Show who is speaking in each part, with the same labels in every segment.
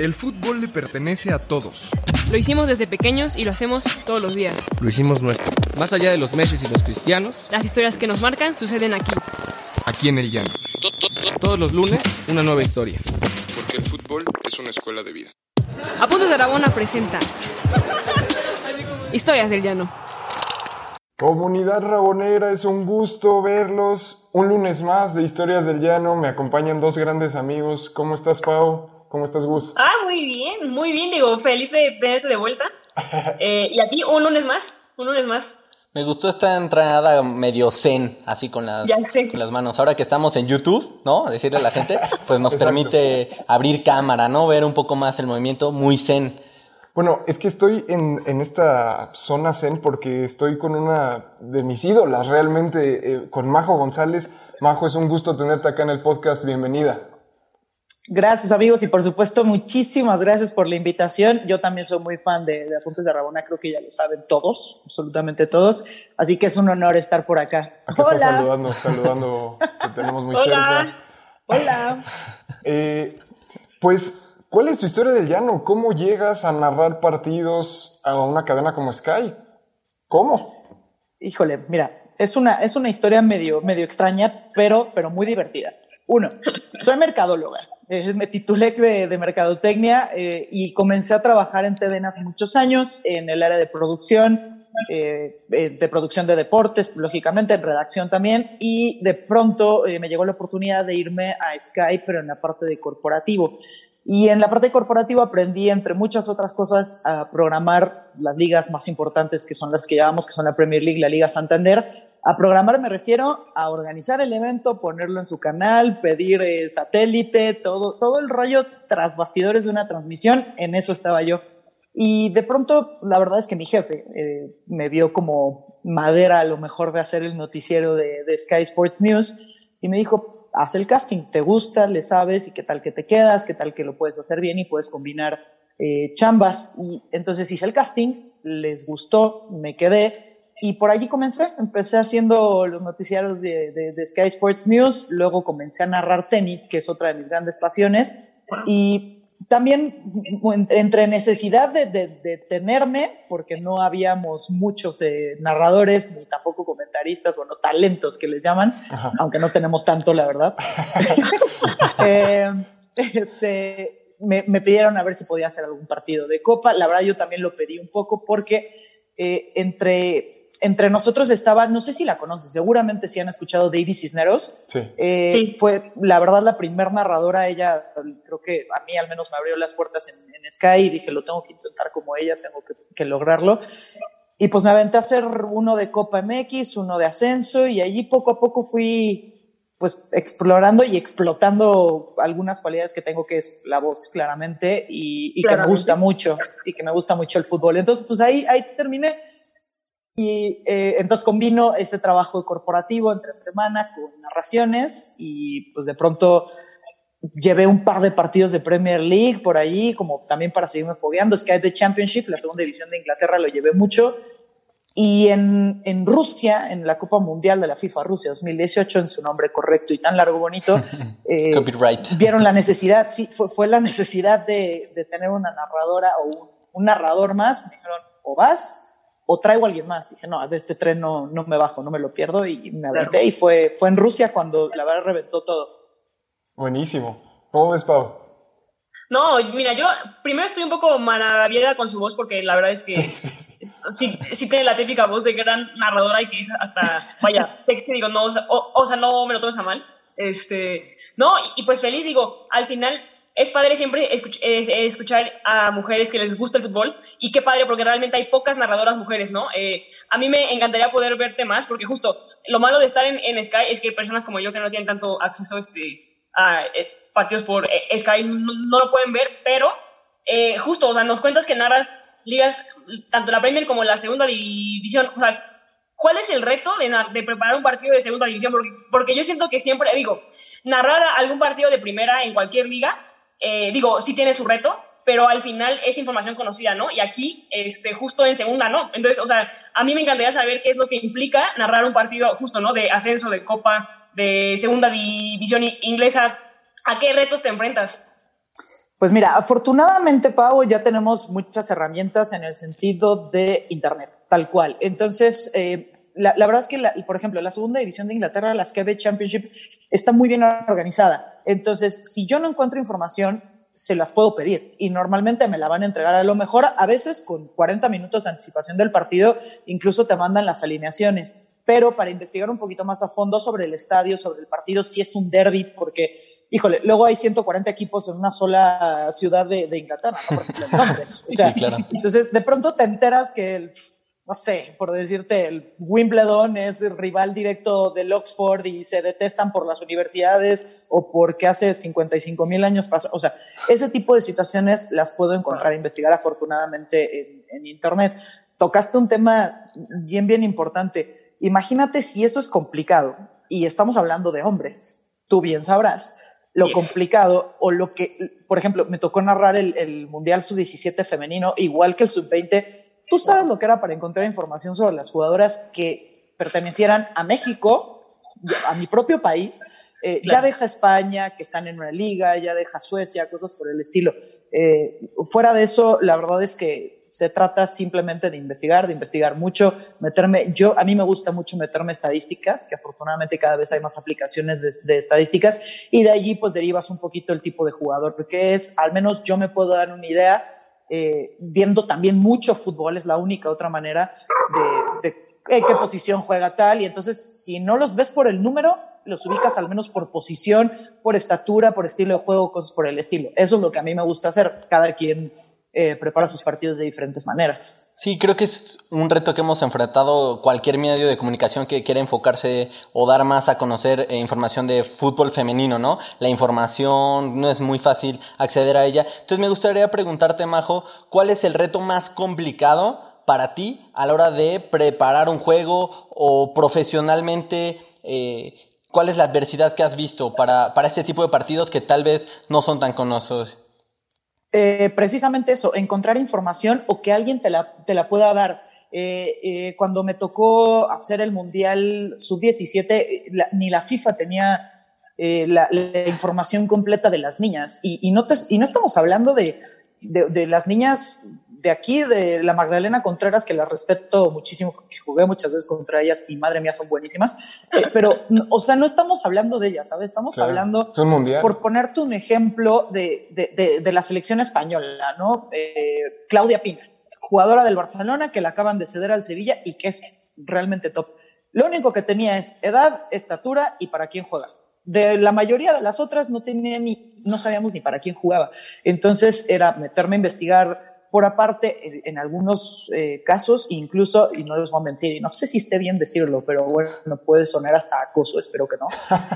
Speaker 1: El fútbol le pertenece a todos.
Speaker 2: Lo hicimos desde pequeños y lo hacemos todos los días.
Speaker 3: Lo hicimos nuestro. Más allá de los Messi y los Cristianos,
Speaker 2: las historias que nos marcan suceden aquí.
Speaker 1: Aquí en El Llano.
Speaker 3: Todos los lunes, una nueva historia.
Speaker 1: Porque el fútbol es una escuela de vida.
Speaker 2: Apuntes de Aragona presenta Historias del Llano.
Speaker 4: Comunidad Rabonera, es un gusto verlos. Un lunes más de Historias del Llano. Me acompañan dos grandes amigos. ¿Cómo estás, Pau? ¿Cómo estás, Gus?
Speaker 5: Muy bien, digo, feliz de tenerte de vuelta. Y a ti, un lunes más.
Speaker 6: Me gustó esta entrada medio zen, así con las manos. Ahora que estamos en YouTube, ¿no? Decirle a la gente, pues nos permite abrir cámara, ¿no? Ver un poco más el movimiento, muy zen.
Speaker 4: Bueno, es que estoy en esta zona zen porque estoy con una de mis ídolas, realmente, con Majo González. Majo, es un gusto tenerte acá en el podcast. Bienvenida.
Speaker 7: Gracias, amigos, y por supuesto, muchísimas gracias por la invitación. Yo también soy muy fan de Apuntes de Aragona, creo que ya lo saben todos, absolutamente todos, así que es un honor estar por acá.
Speaker 4: Acá está saludando, te tenemos muy cerca.
Speaker 7: Hola.
Speaker 4: Pues, ¿cuál es tu historia del llano? ¿Cómo llegas a narrar partidos a una cadena como Sky? ¿Cómo?
Speaker 7: Híjole, mira, es una historia medio extraña, pero muy divertida. Uno, soy mercadóloga. Me titulé de mercadotecnia y comencé a trabajar en TVN hace muchos años en el área de producción de deportes, lógicamente, en redacción también, y de pronto me llegó la oportunidad de irme a Sky, pero en la parte de corporativo. Y en la parte corporativa aprendí, entre muchas otras cosas, a programar las ligas más importantes, que son las que llevamos, que son la Premier League, la Liga Santander. A programar me refiero a organizar el evento, ponerlo en su canal, pedir satélite, todo el rollo tras bastidores de una transmisión. En eso estaba yo. Y de pronto, la verdad es que mi jefe me vio como madera a lo mejor de hacer el noticiero de Sky Sports News y me dijo: haz el casting, te gusta, le sabes, y qué tal que te quedas, qué tal que lo puedes hacer bien y puedes combinar chambas. Y entonces hice el casting, les gustó, me quedé y por allí empecé haciendo los noticiarios de Sky Sports News, luego comencé a narrar tenis, que es otra de mis grandes pasiones, y también entre necesidad de tenerme, porque no habíamos muchos narradores, ni tampoco comentaristas, bueno, talentos que les llaman, ajá, aunque no tenemos tanto, la verdad. Me pidieron a ver si podía hacer algún partido de Copa. La verdad, yo también lo pedí un poco porque entre nosotros estaba, no sé si la conoces, seguramente sí han escuchado Daisy Cisneros.
Speaker 4: Sí.
Speaker 7: Sí. Fue, la verdad, la primer narradora. Ella, creo que a mí al menos me abrió las puertas en Sky y dije, lo tengo que intentar como ella, tengo que lograrlo. Y pues me aventé a hacer uno de Copa MX, uno de Ascenso, y allí poco a poco fui pues explorando y explotando algunas cualidades que tengo, que es la voz, claramente, y que me gusta mucho, el fútbol. Entonces, pues ahí terminé. Y entonces combino este trabajo corporativo entre semana con narraciones y pues de pronto llevé un par de partidos de Premier League por ahí, como también para seguirme fogueando. Sky The Championship, la segunda división de Inglaterra, lo llevé mucho. Y en Rusia, en la Copa Mundial de la FIFA Rusia 2018, en su nombre correcto y tan largo, bonito,
Speaker 6: Copyright.
Speaker 7: Vieron la necesidad, sí, fue la necesidad de tener una narradora o un narrador más. Me dijeron, o vas o traigo a alguien más. Y dije, no, de este tren no me bajo, no me lo pierdo, y me aventé. Y fue en Rusia cuando la verdad reventó todo.
Speaker 4: Buenísimo. ¿Cómo ves, Pau?
Speaker 5: No, mira, yo primero estoy un poco maravillada con su voz, porque la verdad es que sí tiene la típica voz de gran narradora y que es hasta, vaya, texto, digo, no, o sea, no me lo tomes a mal. No, y pues feliz, digo, al final es padre siempre escuchar a mujeres que les gusta el fútbol, y qué padre, porque realmente hay pocas narradoras mujeres, ¿no? A mí me encantaría poder verte más, porque justo lo malo de estar en Sky es que personas como yo, que no tienen tanto acceso a partidos por Sky, no lo pueden ver, pero justo, o sea, nos cuentas que narras ligas, tanto la Premier como la segunda división. O sea, ¿cuál es el reto de preparar un partido de segunda división? Porque yo siento que siempre, narrar algún partido de primera en cualquier liga, sí tiene su reto, pero al final es información conocida, ¿no? Y aquí, justo en segunda, ¿no? Entonces, o sea, a mí me encantaría saber qué es lo que implica narrar un partido justo, ¿no? De ascenso, de Copa, de segunda división inglesa. ¿A qué retos te enfrentas?
Speaker 7: Pues mira, afortunadamente, Pau, ya tenemos muchas herramientas en el sentido de Internet, tal cual. Entonces, la verdad es que, por ejemplo, la segunda división de Inglaterra, la Sky Bet Championship, está muy bien organizada. Entonces, si yo no encuentro información, se las puedo pedir y normalmente me la van a entregar. A lo mejor a veces con 40 minutos de anticipación del partido, incluso te mandan las alineaciones. Pero para investigar un poquito más a fondo sobre el estadio, sobre el partido, si es un derby, porque, híjole, luego hay 140 equipos en una sola ciudad de Inglaterra, ¿no? Por ejemplo, en Londres. O sea, sí, claro. Entonces, de pronto te enteras que no sé, por decirte, el Wimbledon es rival directo del Oxford y se detestan por las universidades o porque hace 55,000 años pasó. O sea, ese tipo de situaciones las puedo encontrar e investigar afortunadamente en Internet. Tocaste un tema bien importante. Imagínate si eso es complicado y estamos hablando de hombres. Tú bien sabrás lo complicado o lo que, por ejemplo, me tocó narrar el Mundial Sub-17 femenino, igual que el Sub-20. Tú sabes lo que era para encontrar información sobre las jugadoras que pertenecieran a México, a mi propio país, claro. Ya deja España, que están en una liga, ya deja Suecia, cosas por el estilo. Fuera de eso, la verdad es que se trata simplemente de investigar mucho, a mí me gusta mucho meterme estadísticas, que afortunadamente cada vez hay más aplicaciones de estadísticas, y de allí pues derivas un poquito el tipo de jugador, porque al menos yo me puedo dar una idea. Viendo también mucho fútbol, es la única otra manera de qué posición juega tal, y entonces si no los ves por el número, los ubicas al menos por posición, por estatura, por estilo de juego, cosas por el estilo. Eso es lo que a mí me gusta hacer. Cada quien prepara sus partidos de diferentes maneras.
Speaker 6: Sí, creo que es un reto que hemos enfrentado cualquier medio de comunicación que quiera enfocarse o dar más a conocer información de fútbol femenino, ¿no? La información no es muy fácil acceder a ella. Entonces me gustaría preguntarte, Majo, ¿cuál es el reto más complicado para ti a la hora de preparar un juego o profesionalmente? ¿Cuál es la adversidad que has visto para este tipo de partidos que tal vez no son tan conocidos?
Speaker 7: Precisamente eso, encontrar información o que alguien te la pueda dar. Cuando me tocó hacer el Mundial Sub-17, ni la FIFA tenía la información completa de las niñas. Y no estamos hablando de las niñas de aquí, de la Magdalena Contreras, que las respeto muchísimo, porque jugué muchas veces contra ellas y madre mía son buenísimas, pero, o sea, no estamos hablando de ellas, ¿sabes? Estamos hablando, por ponerte un ejemplo de la selección española, ¿no? Claudia Pina, jugadora del Barcelona, que la acaban de ceder al Sevilla y que es realmente top. Lo único que tenía es edad, estatura y para quién juega. De la mayoría de las otras no sabíamos ni para quién jugaba. Entonces era meterme a investigar por aparte, en algunos casos, incluso, y no les voy a mentir, y no sé si esté bien decirlo, pero bueno, puede sonar hasta acoso, espero que no.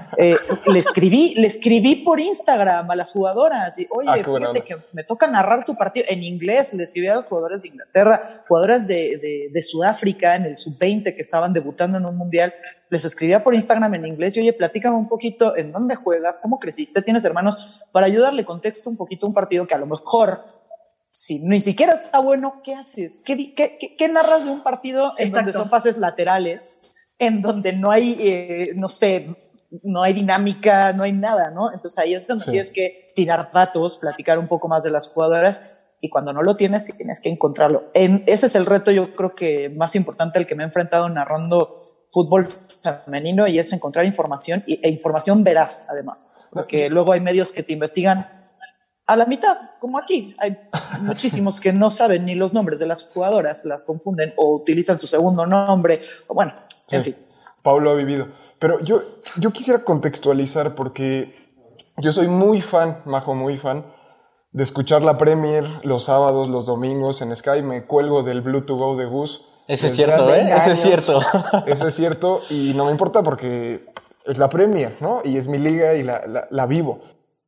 Speaker 7: Le escribí por Instagram a las jugadoras, y oye, fíjate que me toca narrar tu partido en inglés. Le escribí a los jugadores de Inglaterra, jugadoras de Sudáfrica en el Sub-20 que estaban debutando en un mundial. Les escribía por Instagram en inglés y oye, platícame un poquito en dónde juegas, cómo creciste, tienes hermanos, para ayudarle contexto un poquito a un partido que a lo mejor, si ni siquiera está bueno, ¿qué haces? ¿Qué narras de un partido en donde son pases laterales, en donde no hay, no sé, no hay dinámica, no hay nada, ¿no? Entonces ahí es donde tienes que tirar datos, platicar un poco más de las jugadoras, y cuando no lo tienes que encontrarlo. Ese es el reto, yo creo que más importante al que me he enfrentado narrando fútbol femenino, y es encontrar información e información veraz, además, porque luego hay medios que te investigan a la mitad, como aquí. Hay muchísimos que no saben ni los nombres de las jugadoras, las confunden o utilizan su segundo nombre, o bueno, en fin.
Speaker 4: Pablo ha vivido. Pero yo quisiera contextualizar, porque yo soy muy fan, Majo, muy fan, de escuchar la Premier los sábados, los domingos en Sky. Me cuelgo del Blue to Go de Gus.
Speaker 6: Eso es cierto, ¿eh? Eso es cierto.
Speaker 4: Eso es cierto, y no me importa porque es la Premier, ¿no? Y es mi liga y la vivo.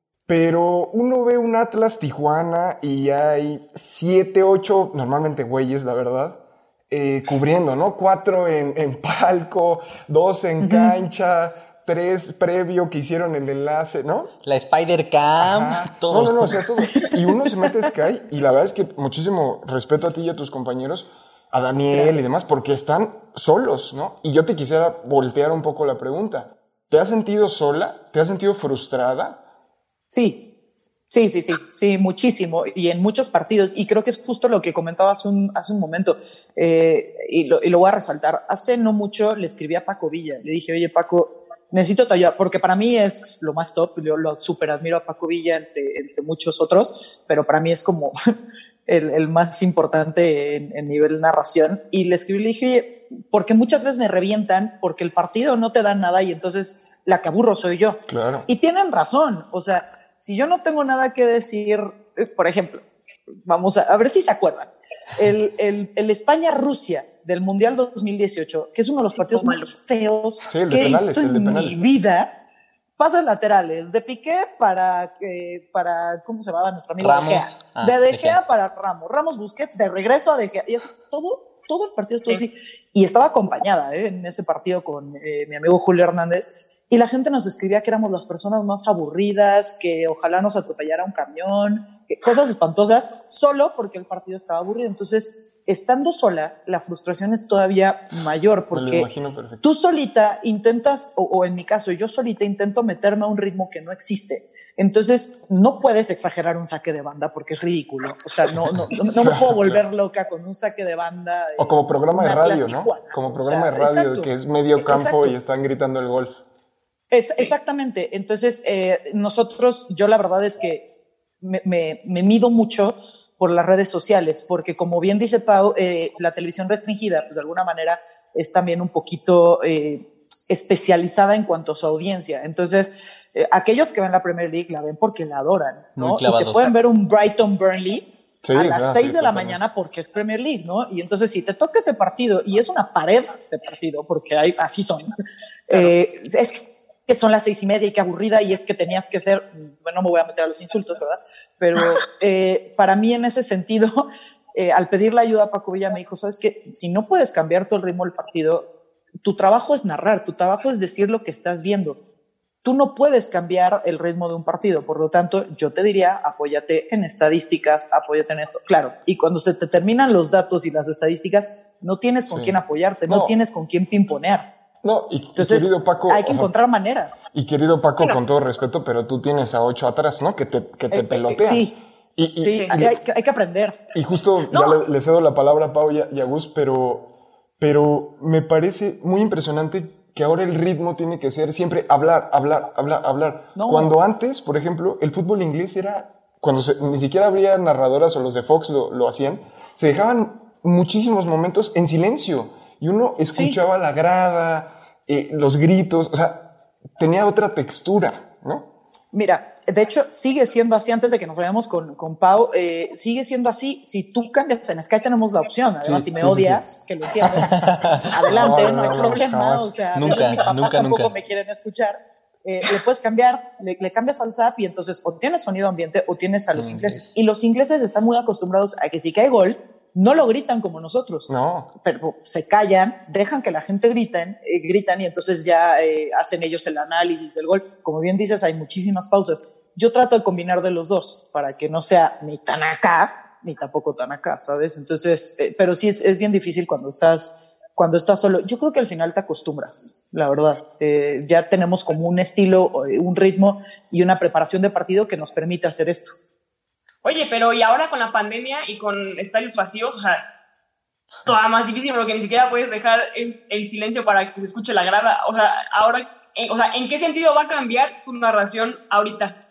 Speaker 4: Pero uno ve un Atlas Tijuana y hay 7, 8, normalmente güeyes, la verdad, cubriendo, ¿no? 4 en palco, 2 en cancha, 3 previo que hicieron el enlace, ¿no?
Speaker 6: La Spider Cam, todo.
Speaker 4: No, o sea, todo. Y uno se mete a Sky y la verdad es que muchísimo respeto a ti y a tus compañeros, a Daniel. Gracias. Y demás, porque están solos, ¿no? Y yo te quisiera voltear un poco la pregunta. ¿Te has sentido sola? ¿Te has sentido frustrada?
Speaker 7: Sí, Sí, muchísimo. Y en muchos partidos. Y creo que es justo lo que comentaba hace un momento. Y lo voy a resaltar. Hace no mucho le escribí a Paco Villa. Le dije, oye, Paco, necesito tu ayuda. Porque para mí es lo más top. Yo lo súper admiro a Paco Villa entre muchos otros. Pero para mí es como el más importante en nivel narración. Y le escribí, le dije, oye, porque muchas veces me revientan porque el partido no te da nada y entonces la que aburro soy yo.
Speaker 4: Claro.
Speaker 7: Y tienen razón. O sea, si yo no tengo nada que decir, por ejemplo, vamos a ver si se acuerdan, el España-Rusia del Mundial 2018, que es uno de los partidos más feos que he visto en mi vida, pases laterales de Piqué para ¿cómo se llamaba nuestro amigo?
Speaker 6: Ramos.
Speaker 7: De Gea. De Gea para Ramos Busquets, de regreso a De Gea. Y así, todo el partido estuvo así. Y estaba acompañada en ese partido con mi amigo Julio Hernández. Y la gente nos escribía que éramos las personas más aburridas, que ojalá nos atropellara un camión, cosas espantosas, solo porque el partido estaba aburrido. Entonces, estando sola, la frustración es todavía mayor, porque tú solita intentas, o en mi caso, yo solita intento meterme a un ritmo que no existe. Entonces, no puedes exagerar un saque de banda porque es ridículo. O sea, no me puedo volver loca con un saque de banda.
Speaker 4: O como programa de radio, ¿no? Como programa de radio, exacto, que es medio campo y están gritando el gol.
Speaker 7: Exactamente. Entonces, yo la verdad es que me mido mucho por las redes sociales, porque como bien dice Pau, la televisión restringida, pues de alguna manera es también un poquito especializada en cuanto a su audiencia. Entonces, aquellos que ven la Premier League la ven porque la adoran, ¿no? Y te pueden ver un Brighton Burnley a las 6 de la mañana porque es Premier League, ¿no? Y entonces si te toca ese partido y es una pared de partido, porque así son, es que son las 6:30 y qué aburrida, y es que tenías que ser, bueno, no me voy a meter a los insultos, ¿verdad? Pero para mí en ese sentido, al pedirle ayuda a Paco Villa me dijo, ¿sabes qué? Si no puedes cambiar todo el ritmo del partido, tu trabajo es narrar, tu trabajo es decir lo que estás viendo. Tú no puedes cambiar el ritmo de un partido, por lo tanto, yo te diría, apóyate en estadísticas, apóyate en esto. Claro, y cuando se te terminan los datos y las estadísticas, no tienes con quién apoyarte, no tienes con quién pimponear.
Speaker 4: No,
Speaker 7: entonces, querido Paco, hay que encontrar maneras.
Speaker 4: Y querido Paco, con todo respeto, pero tú tienes a 8 atrás, ¿no? Que te pelotean.
Speaker 7: Sí, hay que aprender.
Speaker 4: Y justo ya le cedo la palabra a Pau y a Gus, pero me parece muy impresionante que ahora el ritmo tiene que ser siempre hablar. Cuando antes, por ejemplo, el fútbol inglés era, cuando ni siquiera habría narradoras o los de Fox lo hacían, se dejaban muchísimos momentos en silencio. Y uno escuchaba la grada, los gritos, o sea, tenía otra textura, ¿no?
Speaker 7: Mira, de hecho, sigue siendo así, antes de que nos vayamos con Pau, sigue siendo así. Si tú cambias en Sky, tenemos la opción. Además, si me odias, que lo entiendo, adelante, no hay problema.
Speaker 6: Jamás.
Speaker 7: O sea,
Speaker 6: nunca,
Speaker 7: mis papás
Speaker 6: nunca
Speaker 7: tampoco me quieren escuchar. Le puedes cambiar, le cambias al zap y entonces o tienes sonido ambiente o tienes a los ingleses. Y los ingleses están muy acostumbrados a que si cae gol, no lo gritan como nosotros, pero se callan, dejan que la gente gritan y entonces ya hacen ellos el análisis del gol. Como bien dices, hay muchísimas pausas. Yo trato de combinar de los dos para que no sea ni tan acá ni tampoco tan acá, ¿sabes? Entonces, pero sí es bien difícil cuando estás solo. Yo creo que al final te acostumbras, la verdad. Ya tenemos como un estilo, un ritmo y una preparación de partido que nos permite hacer esto.
Speaker 5: Oye, pero y ahora con la pandemia y con estadios vacíos, o sea, todavía más difícil porque ni siquiera puedes dejar el silencio para que se escuche la grada. O sea, ahora, ¿en qué sentido va a cambiar tu narración ahorita?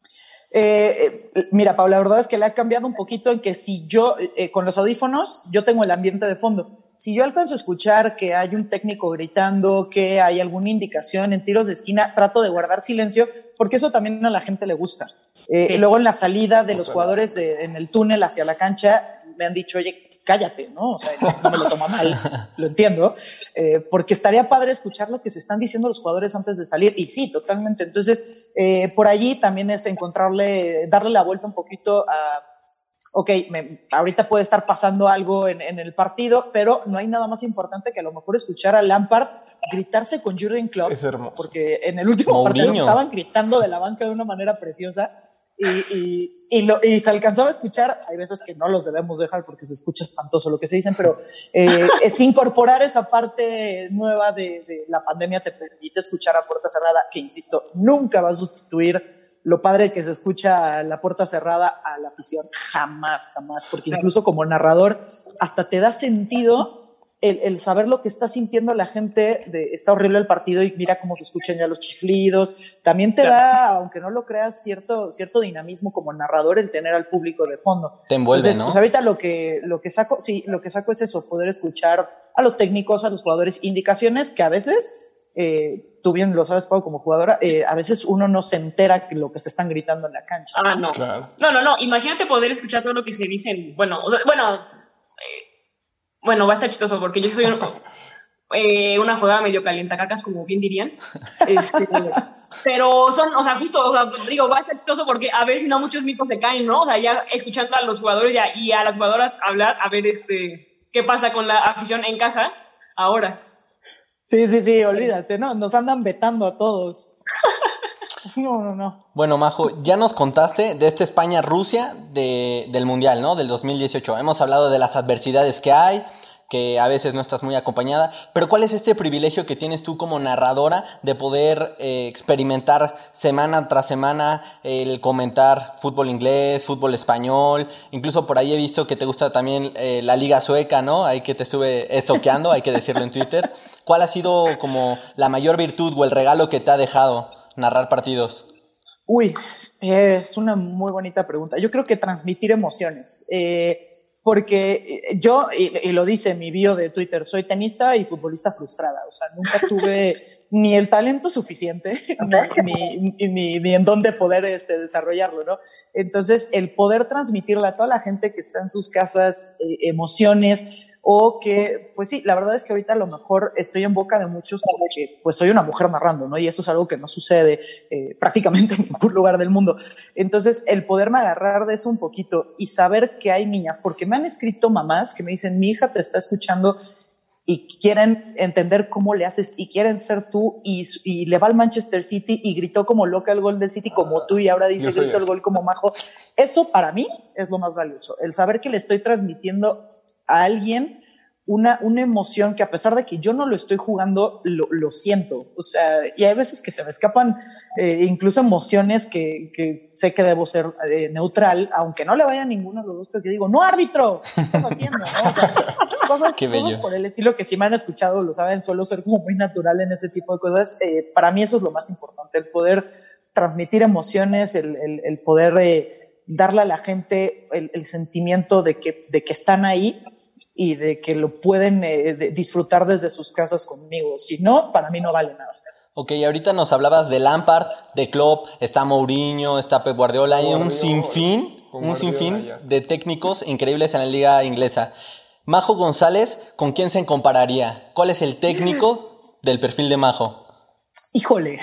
Speaker 7: Mira, Paula, la verdad es que le ha cambiado un poquito en que si yo, con los audífonos, yo tengo el ambiente de fondo. Si yo alcanzo a escuchar que hay un técnico gritando, que hay alguna indicación en tiros de esquina, trato de guardar silencio porque eso también a la gente le gusta. Luego en la salida de los jugadores en el túnel hacia la cancha me han dicho, oye, cállate, ¿no? O sea, no me lo toma mal, lo entiendo, porque estaría padre escuchar lo que se están diciendo los jugadores antes de salir, y sí, totalmente. Entonces, por allí también es darle la vuelta un poquito a, ahorita puede estar pasando algo en el partido, pero no hay nada más importante que a lo mejor escuchar a Lampard gritarse con Jürgen Klopp.
Speaker 4: Es hermoso.
Speaker 7: Porque en el último partido estaban gritando de la banca de una manera preciosa y se alcanzaba a escuchar. Hay veces que no los debemos dejar porque se escucha espantoso lo que se dicen, pero es incorporar esa parte nueva de la pandemia te permite escuchar a puerta cerrada, que insisto, nunca va a sustituir lo padre que se escucha la puerta cerrada a la afición. Jamás, porque incluso como narrador hasta te da sentido el saber lo que está sintiendo la gente está horrible el partido y mira cómo se escuchan ya los chiflidos. También te da, aunque no lo creas, cierto dinamismo como narrador el tener al público de fondo.
Speaker 6: Te envuelve,
Speaker 7: entonces,
Speaker 6: ¿no?
Speaker 7: Pues ahorita lo que saco es eso, poder escuchar a los técnicos, a los jugadores, indicaciones que a veces, tú bien lo sabes, Pau, como jugadora, a veces uno no se entera de lo que se están gritando en la cancha.
Speaker 5: No.
Speaker 4: Claro.
Speaker 5: No. Imagínate poder escuchar todo lo que se dicen. Bueno, va a estar chistoso porque yo soy una jugadora medio calientacacas, como bien dirían. Pero digo, va a estar chistoso porque a ver si no muchos mitos se caen, ¿no? O sea, ya escuchando a los jugadores y a las jugadoras hablar, a ver qué pasa con la afición en casa ahora.
Speaker 7: Sí, olvídate, ¿no? Nos andan vetando a todos. No.
Speaker 6: Bueno, Majo, ya nos contaste de esta España-Rusia del Mundial, ¿no? Del 2018. Hemos hablado de las adversidades que hay, que a veces no estás muy acompañada, pero ¿cuál es este privilegio que tienes tú como narradora de poder experimentar semana tras semana el comentar fútbol inglés, fútbol español? Incluso por ahí he visto que te gusta también la liga sueca, ¿no? Ahí que te estuve estoqueando, hay que decirlo en Twitter. ¿Cuál ha sido como la mayor virtud o el regalo que te ha dejado narrar partidos?
Speaker 7: Uy, es una muy bonita pregunta. Yo creo que transmitir emociones. Porque yo, y lo dice en mi bio de Twitter, soy tenista y futbolista frustrada. O sea, nunca tuve ni el talento suficiente, ni en dónde poder desarrollarlo, ¿no? Entonces, el poder transmitirle a toda la gente que está en sus casas emociones, o que, pues sí, la verdad es que ahorita a lo mejor estoy en boca de muchos como que pues soy una mujer narrando, ¿no? Y eso es algo que no sucede prácticamente en ningún lugar del mundo. Entonces, el poderme agarrar de eso un poquito y saber que hay niñas, porque me han escrito mamás que me dicen, mi hija te está escuchando y quieren entender cómo le haces y quieren ser tú y le va al Manchester City y gritó como loca el gol del City como tú y ahora dice grito el gol como Majo. Eso para mí es lo más valioso, el saber que le estoy transmitiendo a alguien una emoción que a pesar de que yo no lo estoy jugando, lo siento. O sea, y hay veces que se me escapan incluso emociones que sé que debo ser neutral, aunque no le vaya a ninguno de los dos, porque digo, no, árbitro, ¿qué estás haciendo? ¿No? O sea, cosas por el estilo que si me han escuchado lo saben, suelo ser como muy natural en ese tipo de cosas. Para mí eso es lo más importante, el poder transmitir emociones, el poder darle a la gente el sentimiento de que están ahí y de que lo pueden disfrutar desde sus casas conmigo. Si no, para mí no vale nada.
Speaker 6: Ok, ahorita nos hablabas de Lampard, de Klopp, está Mourinho, está Pep Guardiola, hay un sinfín de técnicos increíbles en la liga inglesa. Majo González, ¿con quién se compararía? ¿Cuál es el técnico del perfil de Majo?
Speaker 7: Híjole,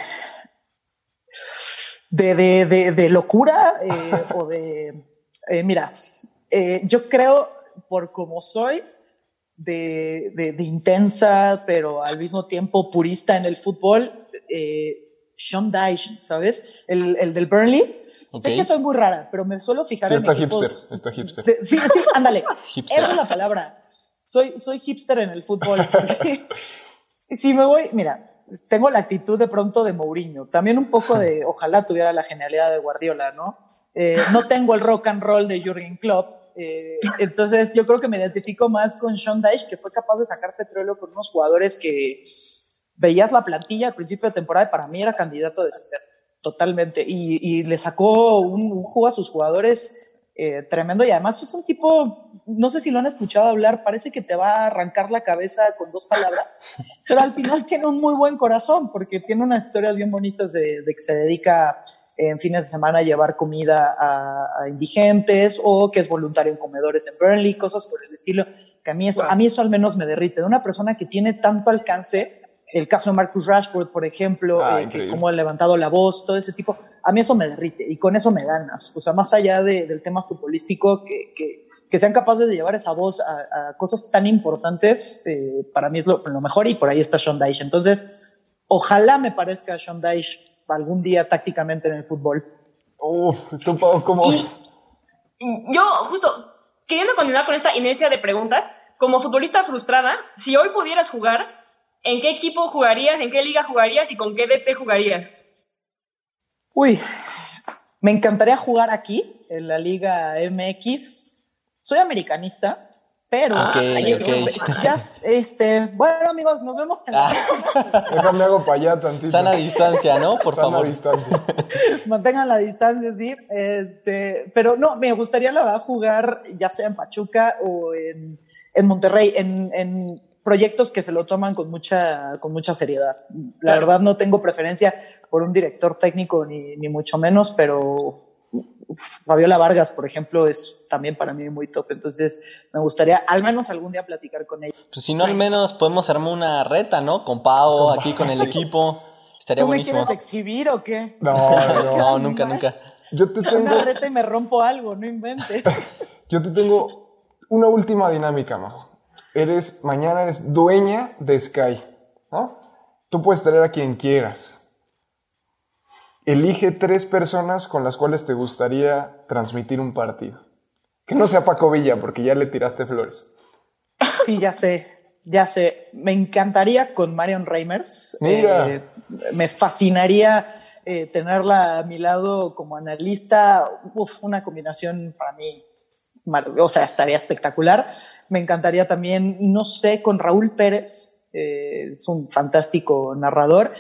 Speaker 7: de locura o de... mira, yo creo, por como soy, de intensa, pero al mismo tiempo purista en el fútbol, Sean Dyche, ¿sabes? El del Burnley. Okay. Sé que soy muy rara, pero me suelo fijar en equipos...
Speaker 4: Está hipster.
Speaker 7: Sí, ándale.
Speaker 6: Hipster.
Speaker 7: Esa es la palabra. Soy hipster en el fútbol. Si me voy, mira, tengo la actitud de pronto de Mourinho. También un poco de, ojalá tuviera la genialidad de Guardiola, ¿no? No tengo el rock and roll de Jürgen Klopp. Entonces yo creo que me identifico más con Sean Dyche, que fue capaz de sacar petróleo con unos jugadores que veías la plantilla al principio de temporada y para mí era candidato a descender totalmente, y le sacó un juego a sus jugadores tremendo, y además es un tipo, no sé si lo han escuchado hablar, parece que te va a arrancar la cabeza con 2 palabras, pero al final tiene un muy buen corazón, porque tiene unas historias bien bonitas de que se dedica en fines de semana a llevar comida a indigentes, o que es voluntario en comedores en Burnley, cosas por el estilo, que a mí eso al menos me derrite, de una persona que tiene tanto alcance. El caso de Marcus Rashford, por ejemplo, que cómo ha levantado la voz, todo ese tipo, a mí eso me derrite y con eso me ganas. O sea, más allá del tema futbolístico, que sean capaces de llevar esa voz a cosas tan importantes, para mí es lo mejor, y por ahí está Sean Dyche. Entonces, ojalá me parezca a Sean Dyche algún día tácticamente en el fútbol.
Speaker 4: ¿Tú, Pau, cómo ves?
Speaker 5: Yo, justo, queriendo continuar con esta inercia de preguntas, como futbolista frustrada, si hoy pudieras jugar, ¿en qué equipo jugarías? ¿En qué liga jugarías? ¿Y con qué DT jugarías?
Speaker 7: Uy, Me encantaría jugar aquí, en la Liga MX. Soy americanista, pero bueno, amigos, nos vemos en la
Speaker 4: Déjame hago para allá tantito.
Speaker 6: Sana distancia, ¿no? Por favor.
Speaker 4: Sana distancia.
Speaker 7: Mantengan la distancia, sí. Pero no, me gustaría la verdad jugar ya sea en Pachuca o en Monterrey, en proyectos que se lo toman con mucha seriedad. La verdad no tengo preferencia por un director técnico ni mucho menos, pero Fabiola Vargas, por ejemplo, es también para mí muy top. Entonces me gustaría al menos algún día platicar con ella.
Speaker 6: Pues si no, al menos podemos armar una reta, ¿no? Con Pau, aquí con el equipo. Estaría buenísimo.
Speaker 7: ¿Tú me quieres exhibir o qué?
Speaker 6: No, nunca.
Speaker 4: Yo te tengo...
Speaker 7: Una reta y me rompo algo, no inventes.
Speaker 4: Yo te tengo una última dinámica, Majo. Mañana eres dueña de Sky, ¿no? Tú puedes traer a quien quieras. Elige 3 personas con las cuales te gustaría transmitir un partido. Que no sea Paco Villa, porque ya le tiraste flores.
Speaker 7: Sí, ya sé. Me encantaría con Marion Reimers.
Speaker 4: Mira.
Speaker 7: Me fascinaría tenerla a mi lado como analista. Una combinación para mí, estaría espectacular. Me encantaría también, no sé, con Raúl Pérez. Es un fantástico narrador.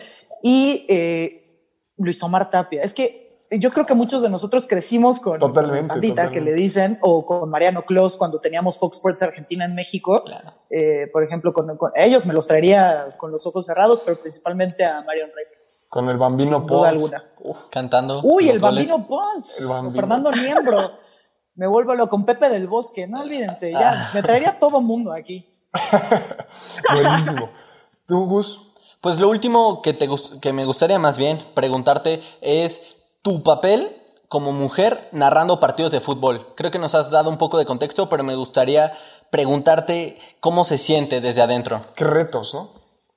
Speaker 7: Y Luis Omar Tapia. Es que yo creo que muchos de nosotros crecimos con Sandita, que le dicen, o con Mariano Clos cuando teníamos Fox Sports Argentina en México. Claro. Por ejemplo, con ellos me los traería con los ojos cerrados, pero principalmente a Marion Reimers.
Speaker 4: Con el Bambino
Speaker 7: Pons. Sin duda alguna.
Speaker 6: Cantando.
Speaker 7: Uy, el Bambino Pons. Fernando Niembro. Me vuelvo loco con Pepe del Bosque. No olvídense, ya me traería todo mundo aquí.
Speaker 4: Buenísimo. ¿Tú, Gus?
Speaker 6: Pues lo último que me gustaría más bien preguntarte es tu papel como mujer narrando partidos de fútbol. Creo que nos has dado un poco de contexto, pero me gustaría preguntarte cómo se siente desde adentro.
Speaker 4: Qué retos, ¿no?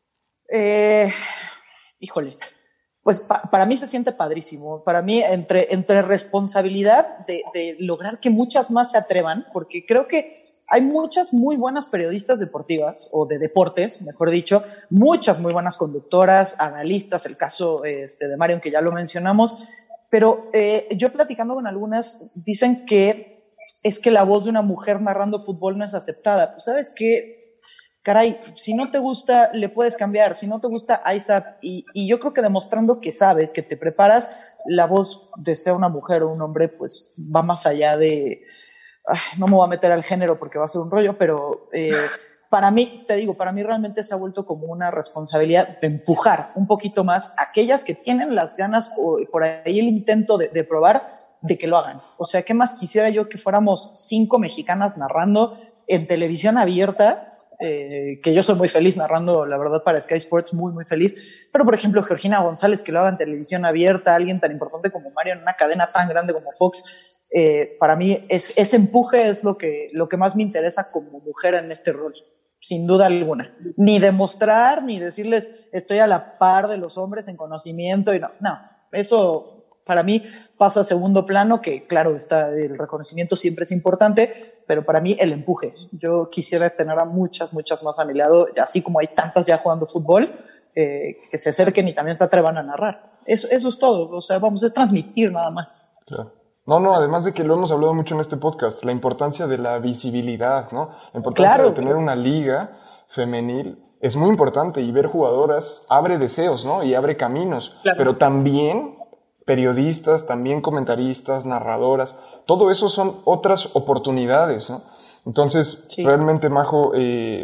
Speaker 7: Híjole, pues para mí se siente padrísimo. Para mí entre responsabilidad de lograr que muchas más se atrevan, porque creo que hay muchas muy buenas periodistas deportivas, o de deportes, mejor dicho, muchas muy buenas conductoras, analistas, el caso de Marion, que ya lo mencionamos, pero yo platicando con algunas, dicen que es que la voz de una mujer narrando fútbol no es aceptada. Pues, ¿sabes qué? Caray, si no te gusta, le puedes cambiar. Si no te gusta, ISAP. Y yo creo que demostrando que sabes, que te preparas, la voz de sea una mujer o un hombre, pues va más allá de... no me voy a meter al género porque va a ser un rollo, pero para mí realmente se ha vuelto como una responsabilidad de empujar un poquito más a aquellas que tienen las ganas o por ahí el intento de probar, de que lo hagan. O sea, ¿qué más quisiera yo que fuéramos 5 mexicanas narrando en televisión abierta? Que yo soy muy feliz narrando, la verdad, para Sky Sports, muy, muy feliz. Pero, por ejemplo, Georgina González, que lo haga en televisión abierta, alguien tan importante como Mario en una cadena tan grande como Fox. Para mí ese empuje es lo que más me interesa como mujer en este rol, sin duda alguna. Ni demostrar, ni decirles estoy a la par de los hombres en conocimiento. No, eso para mí pasa a segundo plano, que claro, el reconocimiento siempre es importante, pero para mí el empuje. Yo quisiera tener a muchas más a mi lado, así como hay tantas ya jugando fútbol, que se acerquen y también se atrevan a narrar. Eso es todo, o sea, es transmitir nada más.
Speaker 4: Claro. No, además de que lo hemos hablado mucho en este podcast, la importancia de la visibilidad, ¿no? La importancia de tener una liga femenil es muy importante, y ver jugadoras abre deseos, ¿no? Y abre caminos, claro. Pero también periodistas, también comentaristas, narradoras, todo eso son otras oportunidades, ¿no? Entonces, sí. Realmente, Majo,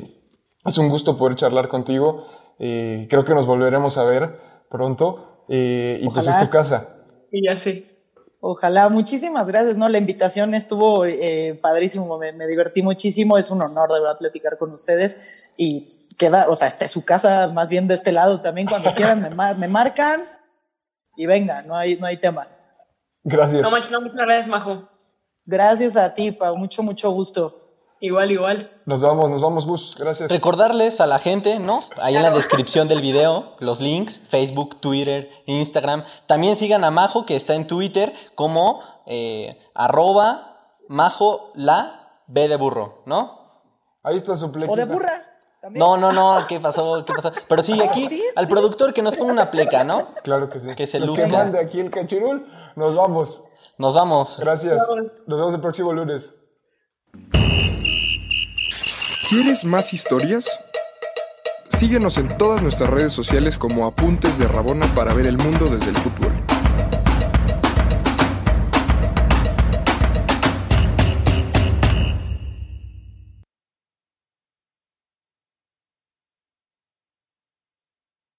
Speaker 4: es un gusto poder charlar contigo. Creo que nos volveremos a ver pronto, y pues es tu casa.
Speaker 5: Y ya sí.
Speaker 7: Ojalá, muchísimas gracias, ¿no? La invitación estuvo padrísimo, me divertí muchísimo, es un honor de verdad platicar con ustedes, y esta es su casa, más bien de este lado también, cuando quieran me marcan y venga, no hay tema.
Speaker 4: Gracias.
Speaker 5: No manches, muchas gracias, Majo.
Speaker 7: Gracias a ti, Pau, mucho gusto.
Speaker 5: Igual.
Speaker 4: Nos vamos, Gus. Gracias.
Speaker 6: Recordarles a la gente, ¿no? Ahí en la descripción del video, los links, Facebook, Twitter, Instagram. También sigan a Majo, que está en Twitter como @Majo la B de burro, ¿no?
Speaker 4: Ahí está su plequita.
Speaker 7: O de burra. ¿También?
Speaker 6: No, ¿qué pasó? Pero sí, aquí al productor que nos ponga una pleca, ¿no?
Speaker 4: Claro que sí.
Speaker 6: Que se
Speaker 4: Lo
Speaker 6: luzca.
Speaker 4: que mande aquí el cachirul, nos vamos.
Speaker 6: Nos vamos.
Speaker 4: Gracias. Nos vemos el próximo lunes.
Speaker 1: ¿Quieres más historias? Síguenos en todas nuestras redes sociales como Apuntes de Rabona para ver el mundo desde el fútbol.